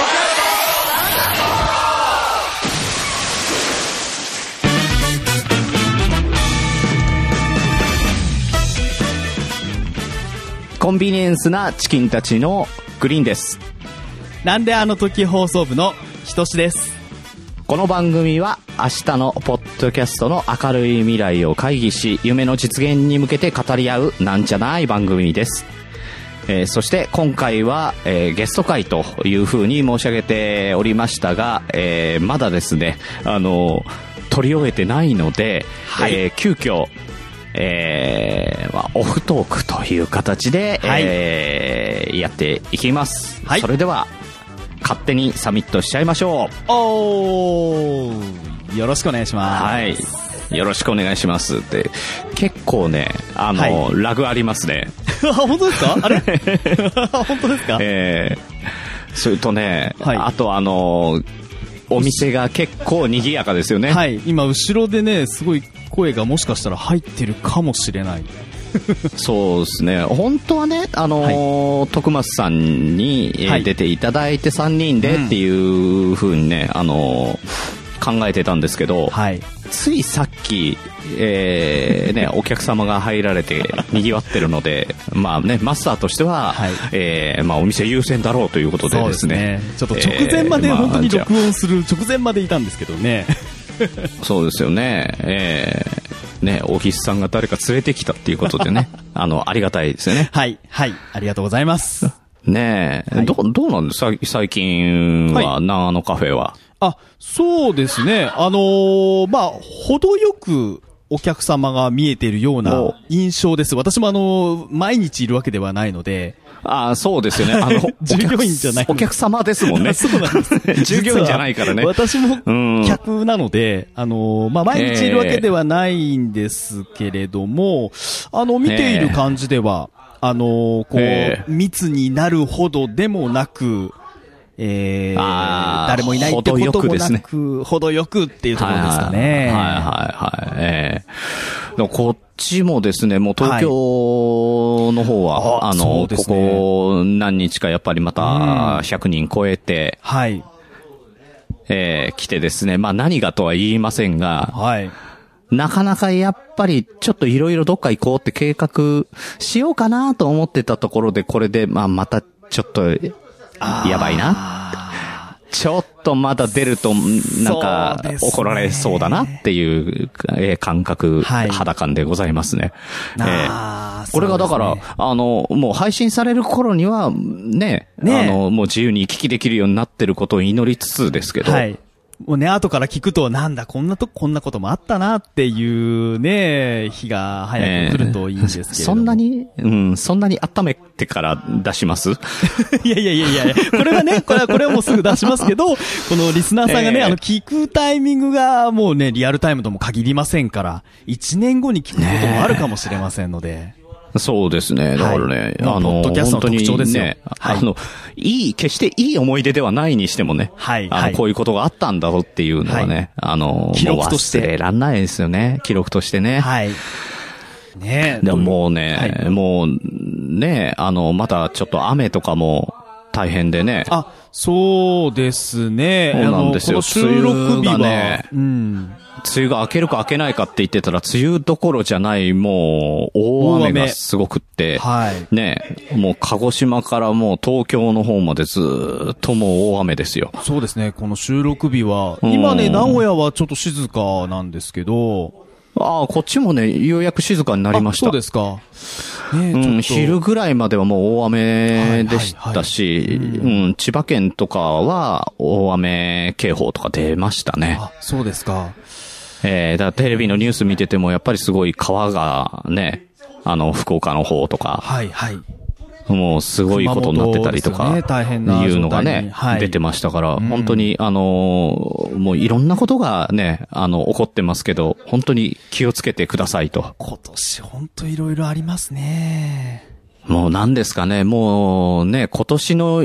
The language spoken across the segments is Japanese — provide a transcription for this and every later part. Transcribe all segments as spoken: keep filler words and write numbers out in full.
コンビニエンスなチキンたちのグリーンです。 なんであの時放送部のひとしです。 この番組は明日のポッドキャストの明るい未来を会議し、夢の実現に向けて語り合うなんじゃない番組です。えー、そして今回は、えー、ゲスト会というふうに申し上げておりましたが、えー、まだですね、あの取り終えてないので、はい、えー、急遽えーまあ、オフトークという形で、はい、えー、やっていきます、はい、それでは勝手にサミットしちゃいましょう。 おー、よろしくお願いします。 はい、よろしくお願いしますって。結構ね、あの、はい、ラグありますね。 本当ですか？あれ本当ですか？ えー、それとね、はい、あとあのお店が結構賑やかですよね。 はい、今後ろでね、すごい声がもしかしたら入ってるかもしれない。 そうですね。本当はね、あのーはい、徳松さんに、えーはい、出ていただいてさんにんでっていう風にね、うん、あのー、考えてたんですけど、はい、ついさっき、えーね、お客様が入られて賑わってるので、まあね、マスターとしては、はい、えーまあ、お店優先だろうということでですね。 そうですね。ちょっと直前まで、えー、本当に録音する直前までいたんですけどね。 そうですよね。えー、ね、大岸さんが誰か連れてきたっていうことでね、あの、ありがたいですよね。 はい、はい、ありがとうございます。 ねえ、はい、ど、どうなんですか最近は、はい、長野カフェは。 あ、そうですね。あのー、まあ、程よくお客様が見えているような印象です。私もあのー、毎日いるわけではないので。 ああ、そうですよね。あの、 従業員じゃない。 お客様ですもんね。 そうなんですね。 従業員じゃないからね。 私も客なので、あのー、まあ、毎日いるわけではないんですけれども、あの、見ている感じでは、あのー、こう、密になるほどでもなく、えー、誰もいないってこともなく、程よくっていうところですかね。 はいはいはい。えー、でもこっちもですね、もう東京の方は、はい、あ, あの、ね、ここ何日かやっぱりまたひゃくにん超えて、うん、はい。えー、来てですね、まあ何がとは言いませんが、はい。なかなかやっぱりちょっといろいろどっか行こうって計画しようかなと思ってたところで、これで、まあまたちょっと、やばいな。ちょっとまだ出ると、なんか、怒られそうだなっていう、えー、感覚、はい、肌感でございますね。えー、これがだから、ね、あの、もう配信される頃には、ね、ね、あの、もう自由に行き来できるようになってることを祈りつつですけど、はい、 もうね、後から聞くと、なんだ、こんなとこ、こんなこともあったなっていうね、日が早く来るといいんですけれども。えー、 そんなに、うん、そんなに温めてから出しますいやいやいやいや、これはね、これは、これはもうすぐ出しますけど、このリスナーさんがね、えー、あの、聞くタイミングがもうね、リアルタイムとも限りませんから、一年後に聞くこともあるかもしれませんので。 そうですね。だからね、はい、 あの、ポッドキャストの特徴ですよ。 ね、はい、あの、いい、決していい思い出ではないにしてもね、はい、あの、はい、こういうことがあったんだろうっていうのはね、はい、あの、記録として。忘れらんないですよね。記録としてね。はい。ねえ。でももうね、はい、もう、ね、あの、またちょっと雨とかも大変でね。 あ、そうですね。 そうなんですよ。 この収録日はね、 うん。梅雨が明けるか明けないかって言ってたら、梅雨どころじゃない、もう、大雨がすごくって、はい。ね、もう鹿児島からもう東京の方までずっともう大雨ですよ。 そうですね、この収録日は、今ね、名古屋はちょっと静かなんですけど、 ああ、こっちもね、ようやく静かになりました。 そうですか。 ね、うん、昼ぐらいまではもう大雨でしたし、はいはいはい、うん、千葉県とかは大雨警報とか出ましたね。 あ、そうですか。 えー、だからテレビのニュース見ててもやっぱりすごい川がね、あの、福岡の方とか、はいはい。もうすごいことになってたりとか、いうのがね、出てましたから、本当に、あの、もういろんなことがね、あの、起こってますけど、本当に気をつけてくださいと。 今年本当いろいろありますね。 もう何ですかね、もうね、今年の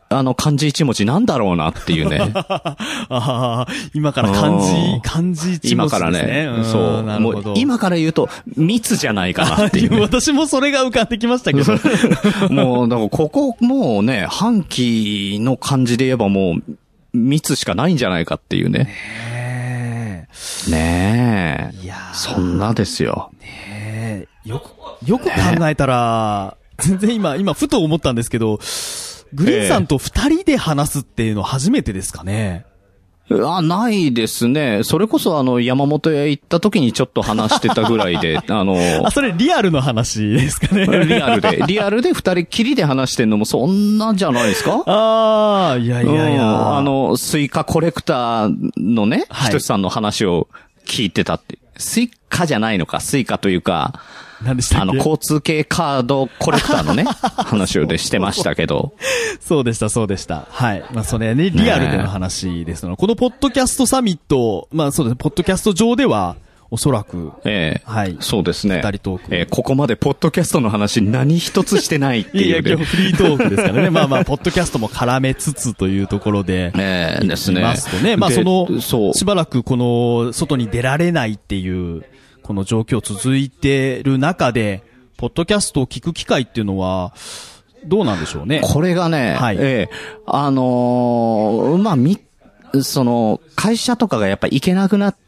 あの、漢字一文字なんだろうなっていうね。 ああ、今から漢字、漢字一文字ですね。今からね。 うん、そう。もう今から言うと、密じゃないかなっていう、ね。 私もそれが浮かんできましたけど。 もう、だからここもうね、半期の漢字で言えばもう、密しかないんじゃないかっていうね。 ねえ。ねえ。 いやそんなですよ。 ねえ。よく、よく考えたら、全然今、今、ふと思ったんですけど、グリーンさんと二人で話すっていうの初めてですかね。 えー、あ、ないですね。それこそあの、山本屋行った時にちょっと話してたぐらいで、あの、 あ、それリアルの話ですかね。 リアルで、リアルで二人きりで話してんのもそんなんじゃないですか？ ああ、いやいやいや、うん。 あの、スイカコレクターのね、ひとしさんの話を聞いてたって。スイカじゃないのか、スイカというか、 何でしたっけ？ あの、交通系カードコレクターのね、話をでしてましたけど。 そうでした、そうでした。はい。まあ、それね、リアルでの話ですので、このポッドキャストサミット、まあ、そうですね、ポッドキャスト上では、おそらく、 ええはい。 そうですね。 二人トーク。 ええここまでポッドキャストの話何一つしてないっていう、ね。いやいや、 今日フリートークですからね。まあまあ、ポッドキャストも絡めつつというところで。 ええですね。 ますとね。まあ、その、そう。しばらくこの、外に出られないっていう、この状況続いてる中で、ポッドキャストを聞く機会っていうのは、どうなんでしょうね。 これがね、はい。ええあのー、まあ、み、その、会社とかがやっぱ行けなくなって、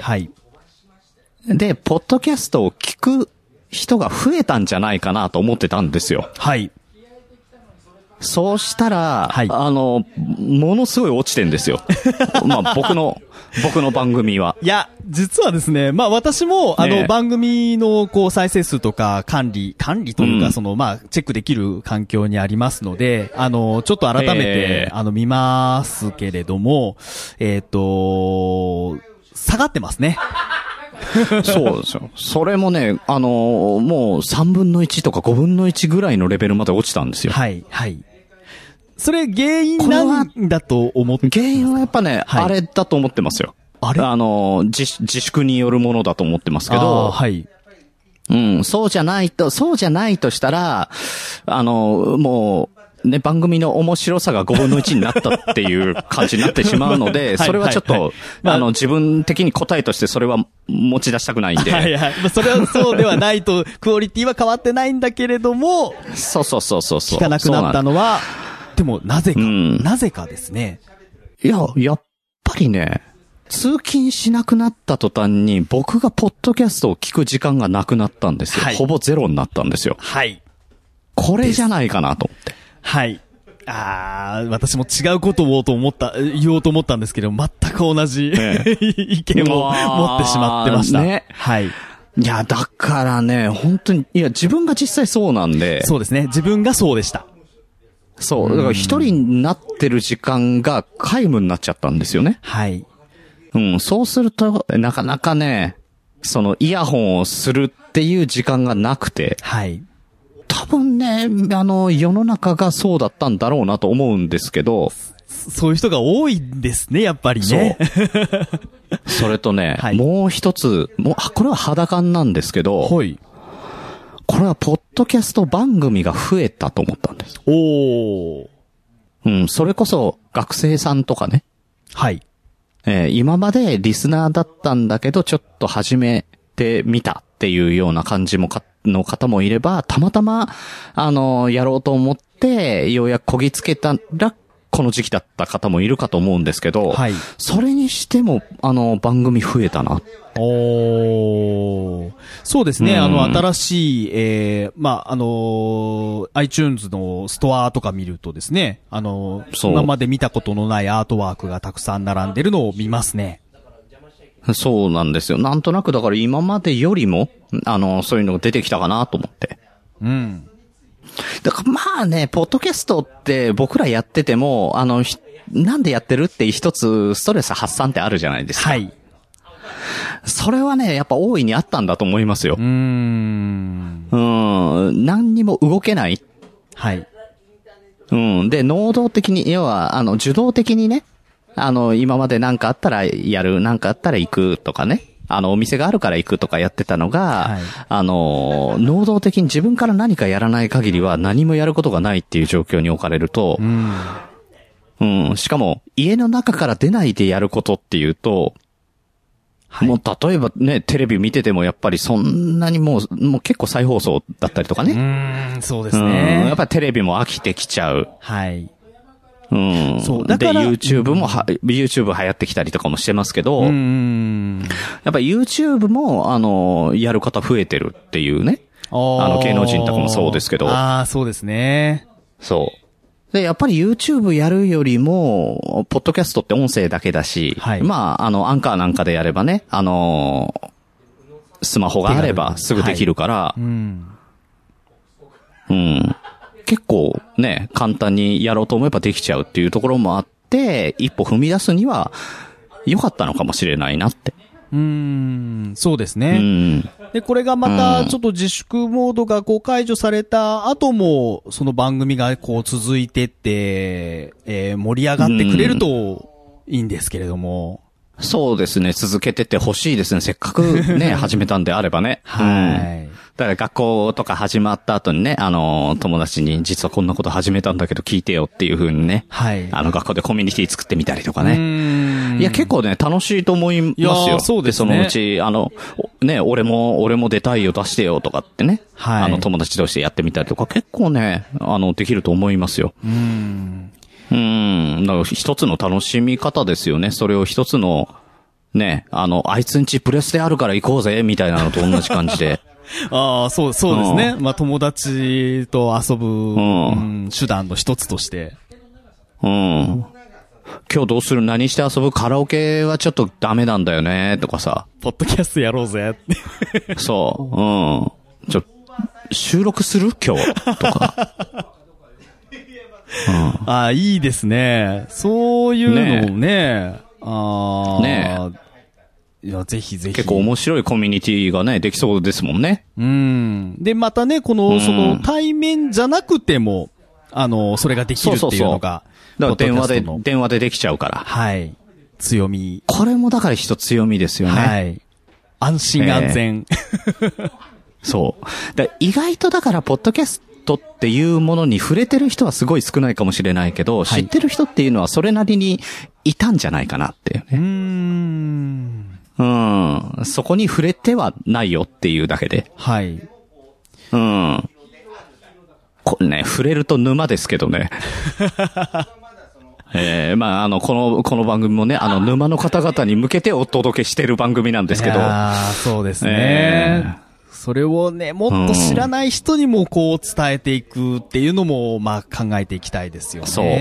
はい。 で、ポッドキャストを聞く人が増えたんじゃないかなと思ってたんですよ。 はい。 そうしたら、 はい、 あの、ものすごい落ちてんですよ。まあ僕の、僕の番組は。 いや、実はですね、まあ私も、あの、番組のこう再生数とか管理、管理というか、うん、その、まあ、チェックできる環境にありますので、あの、ちょっと改めて、あの、見ますけれども、えっと、下がってますね。 そうですよ。それもね、あのー、もうさんぶんのいちとかごぶんのいちぐらいのレベルまで落ちたんですよ。 はい、はい。それ原因なんだと思ってますか？ 原因はやっぱね、はい、あれだと思ってますよ。 あれ？ あのー、自、自粛によるものだと思ってますけど。 はい。 うん、そうじゃないと、そうじゃないとしたら、あのー、もう、ね、番組の面白さがごぶんのいちになったっていう感じになってしまうので、それはちょっと、はいはいはい、あの、自分的に答えとしてそれは持ち出したくないんで。 はいはい。まあ、それはそうではないと、クオリティは変わってないんだけれども、 そうそうそうそう。 聞かなくなったのは、でもなぜか、うん、なぜかですね。 いや、やっぱりね、通勤しなくなった途端に僕がポッドキャストを聞く時間がなくなったんですよ。はい、ほぼゼロになったんですよ。 はい。 これじゃないかなと思って。 はい。ああ、私も違うことをと思った、言おうと思ったんですけど、全く同じ、ね、意見を持ってしまってました。 ね。 はい。 いや、だからね、本当に、いや、自分が実際そうなんで。 そうですね。自分がそうでした。 そう。だから一人になってる時間が皆無になっちゃったんですよね。 はい。 うん、そうすると、なかなかね、そのイヤホンをするっていう時間がなくて。 はい。 多分ね、あの、世の中がそうだったんだろうなと思うんですけど。 そういう人が多いんですね、やっぱりね。 そう。それとね、はい、もう一つ、もう、これは肌感なんですけど。 はい。 これはポッドキャスト番組が増えたと思ったんです。 おー。 うん、それこそ学生さんとかね。 はい。 えー、今までリスナーだったんだけど、ちょっと始めてみたっていうような感じもか、の方もいれば、たまたま、あの、やろうと思って、ようやくこぎつけたら、この時期だった方もいるかと思うんですけど、 はい。 それにしても、あの、番組増えたな。 おー。そうですね、うん、あの、新しい、えー、まあ、あのー、iTunes のストアとか見るとですね、あのー、今まで見たことのないアートワークがたくさん並んでるのを見ますね。 そうなんですよ。なんとなくだから今までよりも、あの、そういうのが出てきたかなと思って。 うん。 だからまあね、ポッドキャストって僕らやってても、あの、なんでやってるって一つストレス発散ってあるじゃないですか。 はい。 それはね、やっぱ大いにあったんだと思いますよ。 うーん。 うん。何にも動けない。 はい。 うん。で、能動的に、要は、あの、受動的にね、あの、今までなんかあったらやる、なんかあったら行くとかね。あの、お店があるから行くとかやってたのが、はい、あの、能動的に自分から何かやらない限りは何もやることがないっていう状況に置かれると、 うん、 うん。しかも、家の中から出ないでやることっていうと、はい、もう例えばね、テレビ見ててもやっぱりそんなにもう、もう結構再放送だったりとかね。 うーん、そうですね。 うん。やっぱりテレビも飽きてきちゃう。 はい。 うん。 そう。だから。 で、YouTube もは、うん、YouTube 流行ってきたりとかもしてますけど、 うん。 やっぱり YouTube も、あの、やる方増えてるっていうね。あの、芸能人とかもそうですけど。 ああ、そうですね。 そう。で、やっぱり YouTube やるよりも、ポッドキャストって音声だけだし、はい、まあ、あの、アンカーなんかでやればね、あのー、スマホがあればすぐできるから、はい、うん、うん。結構ね、簡単にやろうと思えばできちゃうっていうところもあって、一歩踏み出すには良かったのかもしれないなって。 うーん、そうですね。うん、で、これがまた、ちょっと自粛モードがこう解除された後も、その番組がこう続いてって、えー、盛り上がってくれるといいんですけれども。 うん、そうですね。続けてってほしいですね。せっかくね、始めたんであればね。 はい。 うんだから学校とか始まった後にね、あの、友達に実はこんなこと始めたんだけど聞いてよっていう風にね。 はい。 あの、学校でコミュニティ作ってみたりとかね。うんいや、結構ね、楽しいと思いますよ。 いやそうですね。 で、そのうち、あの、ね、俺も、俺も出たいよ出してよとかってね。 はい。 あの、友達同士でやってみたりとか、結構ね、あの、できると思いますよ。 うん。 うん。だから一つの楽しみ方ですよね。それを一つの、ね、あの、あいつんちプレスであるから行こうぜ、みたいなのと同じ感じで。 ああ、そう、そうですね。うん、まあ、友達と遊ぶ、うんうん、手段の一つとして。 うん。今日どうする何して遊ぶカラオケはちょっとダメなんだよね、とかさ。 ポッドキャストやろうぜ。 そう。うん。ちょ、収録する今日とか。 うん、ああ、いいですね。そういうのをね。ねああ。 ねいや、ぜひぜひ。 結構面白いコミュニティがね、できそうですもんね。 うん。で、またね、この、その、対面じゃなくても、あの、それができるっていうのが。 だから電話で、電話でできちゃうから。 はい。強み。 これもだから一つ強みですよね。 はい。安心安全。 えー、そう。だ意外とだから、ポッドキャストっていうものに触れてる人はすごい少ないかもしれないけど、はい、知ってる人っていうのはそれなりにいたんじゃないかなっていうね。 うーん。 うん。そこに触れてはないよっていうだけで。 はい。 うん。これね、触れると沼ですけどね。ええー、まあ、あの、この、この番組もね、あの、沼の方々に向けてお届けしてる番組なんですけど。 ああ、そうですね。えー、それをね、もっと知らない人にもこう伝えていくっていうのも、まあ考えていきたいですよね。 そう。うん。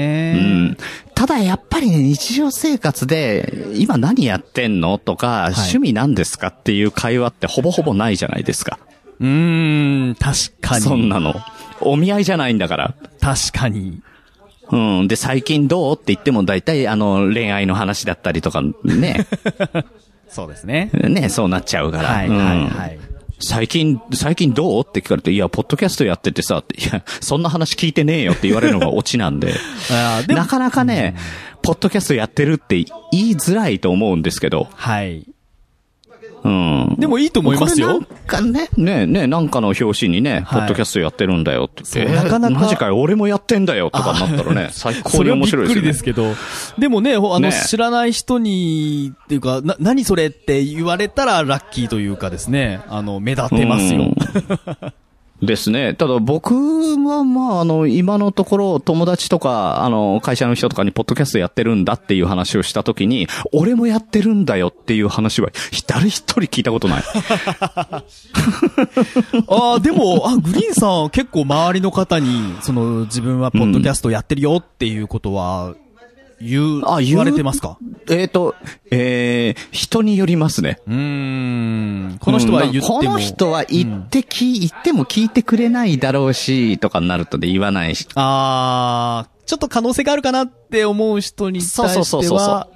ただやっぱりね、日常生活で、今何やってんのとか、はい、趣味なんですかっていう会話ってほぼほぼないじゃないですか。 うーん、確かに。 そんなの。お見合いじゃないんだから。 確かに。 うん。で、最近どうって言っても大体あの、恋愛の話だったりとかね。 そうですね。 ね、そうなっちゃうから。 はい、はい、はい。 最近、最近どうって聞かれて、いや、ポッドキャストやっててさ、いや、そんな話聞いてねえよって言われるのがオチなんで。あでなかなかね、うん、ポッドキャストやってるって言いづらいと思うんですけど。 はい。 うん。 でもいいと思いますよ。 なんかね、ね、ね、なんかの表紙にね、はい、ポッドキャストやってるんだよって言って、 なかなか。 マジかよ、俺もやってんだよとかなったらね、最高に面白いですよね。 それはびっくりですけど。でもね、あの、ね、知らない人に、っていうか、な、何それって言われたらラッキーというかですね、あの、目立てますよ。 ですね。ただ僕はまああの今のところ友達とかあの会社の人とかにポッドキャストやってるんだっていう話をしたときに俺もやってるんだよっていう話は誰一人聞いたことない。 ああでもあグリーンさん結構周りの方にその自分はポッドキャストやってるよっていうことは言う、あ、言われてますか？ えっ、ー、と、えー、人によりますね。 うーん。この人は言っても。 この人は言ってき、うん、言っても聞いてくれないだろうし、とかになるとで言わないし。 あー、ちょっと可能性があるかなって思う人に対しては。そうそうそうそう。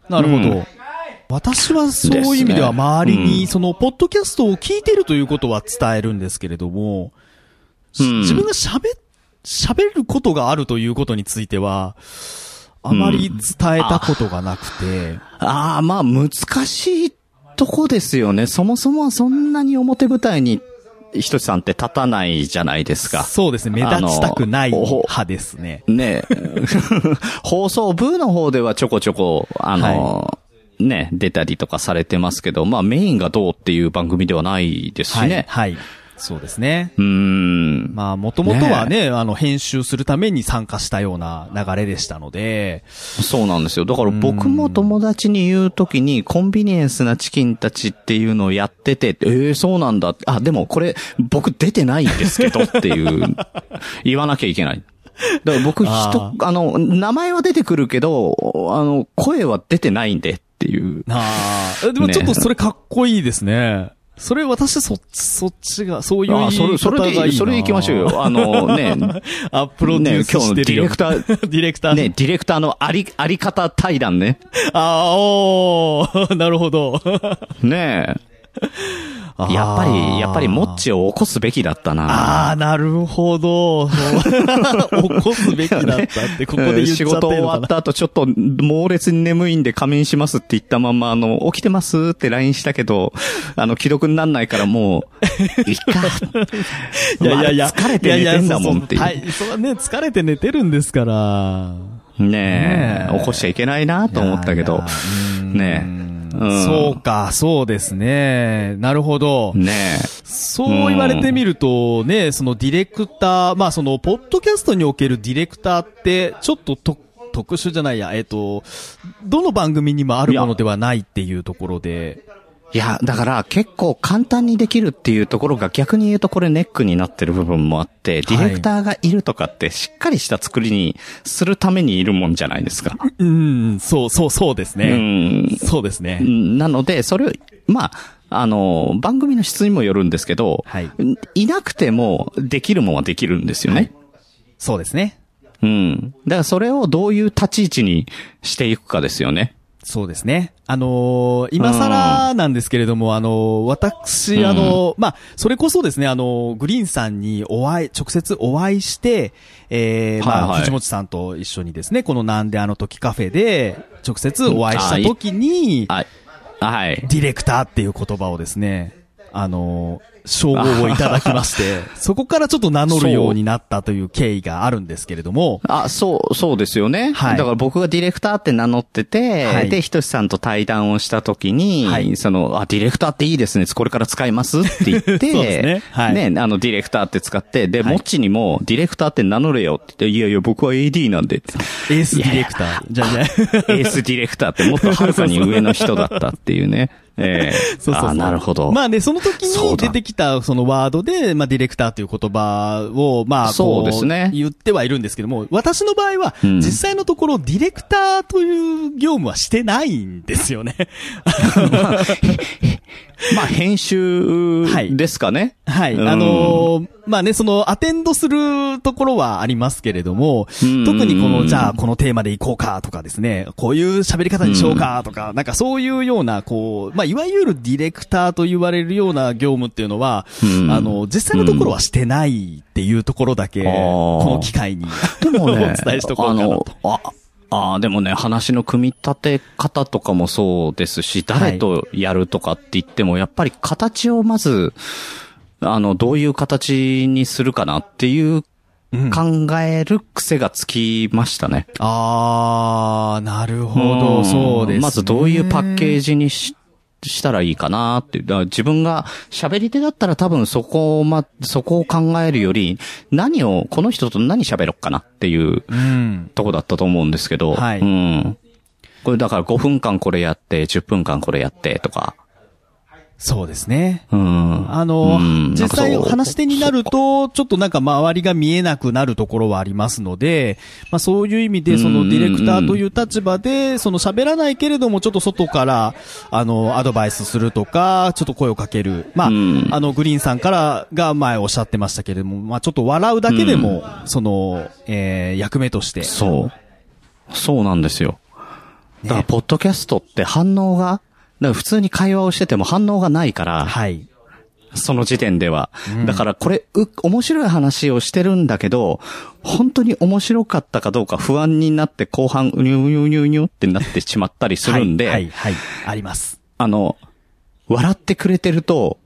なるほど。うん、私はそういう意味では周りに、その、ポッドキャストを聞いてるということは伝えるんですけれども、うん、自分が喋、喋ることがあるということについては、あまり伝えたことがなくて。 うん、ああ、まあ難しいとこですよね。そもそもそんなに表舞台にひとしさんって立たないじゃないですか。 そうですね。目立ちたくない派ですね。 ね放送部の方ではちょこちょこ、あの、はい、ね、出たりとかされてますけど、まあメインがどうっていう番組ではないですしね。 はい。はい、そうですね。 うーん。 まあ、もともとはね、ね、あの、編集するために参加したような流れでしたので。 そうなんですよ。だから僕も友達に言うときに、コンビニエンスなチキンたちっていうのをやってて、えー、そうなんだ。あ、でもこれ、僕出てないんですけどっていう、言わなきゃいけない。だから僕、人、あの、名前は出てくるけど、あの、声は出てないんでっていう。 ああ。でもちょっとそれかっこいいですね。それ私そっち、そっちが、そういう言い方がいいな。 あ、それ、それで、それ行きましょうよ。あのね、 アップロデュースしてるよ。 ね、今日のディレクター、 ディレクター。 ね、ディレクターのあり、あり方対談ね。 ああ、おー、なるほど。 ねえ。やっぱり、やっぱり、モッチを起こすべきだったな。 ああ、なるほど。起こすべきだったって、ここで言っちゃってるのかな。 仕事終わった後、ちょっと猛烈に眠いんで仮眠しますって言ったまま、あの、起きてますって ライン したけど、あの、既読になんないからもう、いっか。 いやいやいや、 疲れて寝てんだもんっていう。 はい、それはね、疲れて寝てるんですから。 ねえ、起こしちゃいけないなと思ったけど、ねえ。 うん、そうか、そうですね。なるほど。 ねえ。 そう言われてみると、ね、そのディレクター、まあその、ポッドキャストにおけるディレクターって、ちょっとと特殊じゃないや、えっと、どの番組にもあるものではないっていうところで。 いや、だから結構簡単にできるっていうところが逆に言うとこれネックになってる部分もあって、ディレクターがいるとかってしっかりした作りにするためにいるもんじゃないですか。 うん、そうそうそうですね。うん、そうですね。 なので、それを、まあ、あの、番組の質にもよるんですけど、はい、いなくてもできるもんはできるんですよね。はい、 そうですね。 うん。だからそれをどういう立ち位置にしていくかですよね。 そうですね。あのー、今更なんですけれども、うん、あのー、私、あのー、まあ、それこそですね、あのー、グリーンさんにお会い、直接お会いして、えー、まあ、はいはい、藤本さんと一緒にですね、このなんであの時カフェで、直接お会いした時に、 はい。はい。 ディレクターっていう言葉をですね、あのー、称号をいただきまして、そこからちょっと名乗るようになったという経緯があるんですけれども。 あ、そう、そうですよね。はい。だから僕がディレクターって名乗ってて、はい、で、ひとしさんと対談をしたときに、はい、その、あ、ディレクターっていいですね、これから使いますって言って、そうですね。はい。ね、あの、ディレクターって使って、で、はい、モッチにも、ディレクターって名乗れよって言って、いやいや、僕は エーディー なんで。 エースディレクター。じゃあね。 エースディレクターってもっとはるかに上の人だったっていうね。ええー。そうそうそう。あ、なるほど。 まあね、その時に出てきたそのワードで、まあディレクターという言葉を、まあ、 そうですね。 言ってはいるんですけども、私の場合は、実際のところディレクターという業務はしてないんですよね。 まあ、まあ、編集ですかね。 はい。はい、あのー、まあね、その、アテンドするところはありますけれども、特にこの、じゃあ、このテーマでいこうかとかですね、こういう喋り方にしようかとか、なんかそういうような、こう、まあ、いわゆるディレクターと言われるような業務っていうのは、あの、実際のところはしてないっていうところだけ、この機会に、でもね、お伝えしとこうかなと。 あああ、でもね、話の組み立て方とかもそうですし、誰とやるとかって言っても、やっぱり形をまず、あの、どういう形にするかなっていう、考える癖がつきましたね。 うん、あー、なるほど、うん、そうですね。 まずどういうパッケージにし、したらいいかなって。だから自分が喋り手だったら多分そこをま、そこを考えるより、何を、この人と何喋ろっかなっていう、うん、とこだったと思うんですけど、はい。うん。これだからごふんかんこれやって、じゅっぷんかんこれやってとか。 そうですね。 うん。 あの、うん、実際話し手になると、ちょっとなんか周りが見えなくなるところはありますので、まあそういう意味で、そのディレクターという立場で、その喋らないけれども、ちょっと外から、あの、アドバイスするとか、ちょっと声をかける。まあ、あの、グリーンさんからが前おっしゃってましたけれども、まあちょっと笑うだけでも、その、えー、役目として。 そう。そうなんですよ。だから、ポッドキャストって反応が、だから普通に会話をしてても反応がないから、はい。その時点では。うん、だからこれ、う、面白い話をしてるんだけど、本当に面白かったかどうか不安になって後半、うにゅうにゅうにゅうにゅってなってしまったりするんで、 はい、はい、はい、あります。 あの、笑ってくれてると、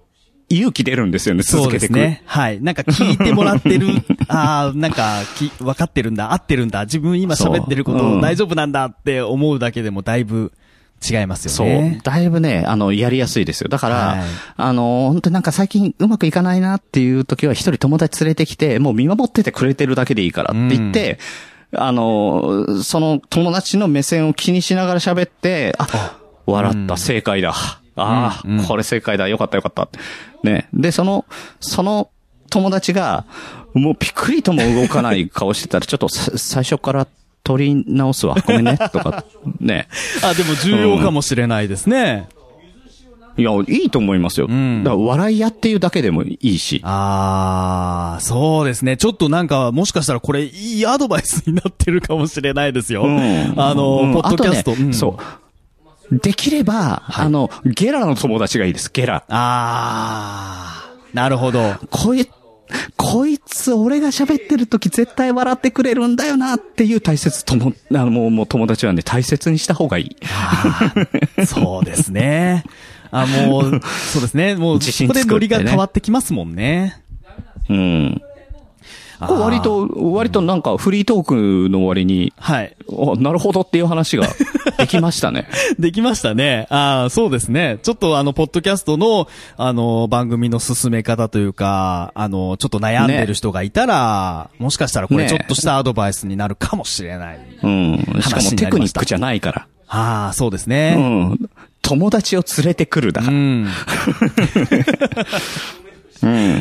勇気出るんですよね、続けていく。そうですね。 はい。なんか聞いてもらってる、ああ、なんか、き、分かってるんだ、合ってるんだ、自分今喋ってること、うん、大丈夫なんだって思うだけでもだいぶ違いますよね。 そう。だいぶね、あの、やりやすいですよ。だから、はい、あの、本当になんか最近うまくいかないなっていう時は一人友達連れてきて、もう見守っててくれてるだけでいいからって言って、うん、あの、その友達の目線を気にしながら喋って、あ、笑った、うん、正解だ。ああ、うんうん、これ正解だ。よかったよかった。ね。で、その、その友達が、もうピクリとも動かない顔してたら、ちょっと最初から取り直すわ。ごめんね。とか、ね。 あ、でも重要かもしれないですね。 うん、いや、いいと思いますよ。うん、だから笑い屋っていうだけでもいいし。 ああ、そうですね。ちょっとなんか、もしかしたらこれいいアドバイスになってるかもしれないですよ。うん、あの、うん、ポッドキャスト。ね、うん、 そう。できれば、はい、あの、ゲラの友達がいいです、ゲラ。 あー、なるほど。 こい、こいつ俺が喋ってる時絶対笑ってくれるんだよなっていう大切とも、あの、もう、もう友達はね、大切にした方がいい。 そうですね。あ、もう、そうですね。もう、そこでノリが変わってきますもんね。 うん。これ割と、割となんかフリートークの終わりに、はい。なるほどっていう話ができましたね。 できましたね。ああ、そうですね。ちょっとあの、ポッドキャストの、あの、番組の進め方というか、あの、ちょっと悩んでる人がいたら、ね、もしかしたらこれちょっとしたアドバイスになるかもしれない。 うん。しかもテクニックじゃないから。 ああ、そうですね。 うん。友達を連れてくるだから。うん。 うん、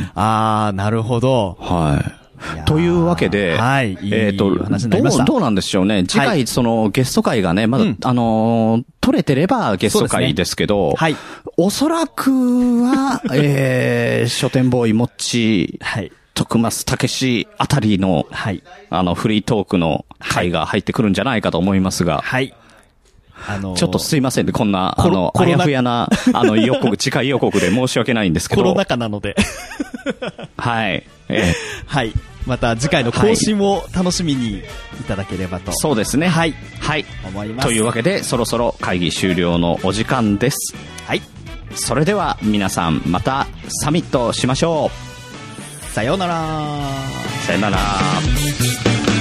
ああ、なるほど。 はい。というわけで、 はい、 えっと、どう、どうなんでしょうね。次回、その、ゲスト会がね、まだ、うん、あのー、取れてればゲスト会ですけど、ね、はい。おそらくは、えー、書店ボーイ、もっち、はい。徳増たけしあたりの、はい。あの、フリートークの会が入ってくるんじゃないかと思いますが、はい。あのー、ちょっとすいませんね、こんな、あの、あやふやな、あの、予告、次回予告で申し訳ないんですけど。 コロナ禍なので。 はい。えー、 はい。また次回の更新を楽しみにいただければと。 そうですね。 はい。 はい。 思います。 というわけで、そろそろ会議終了のお時間です。 はい。 それでは皆さん、またサミットしましょう。 さようなら。 さようなら。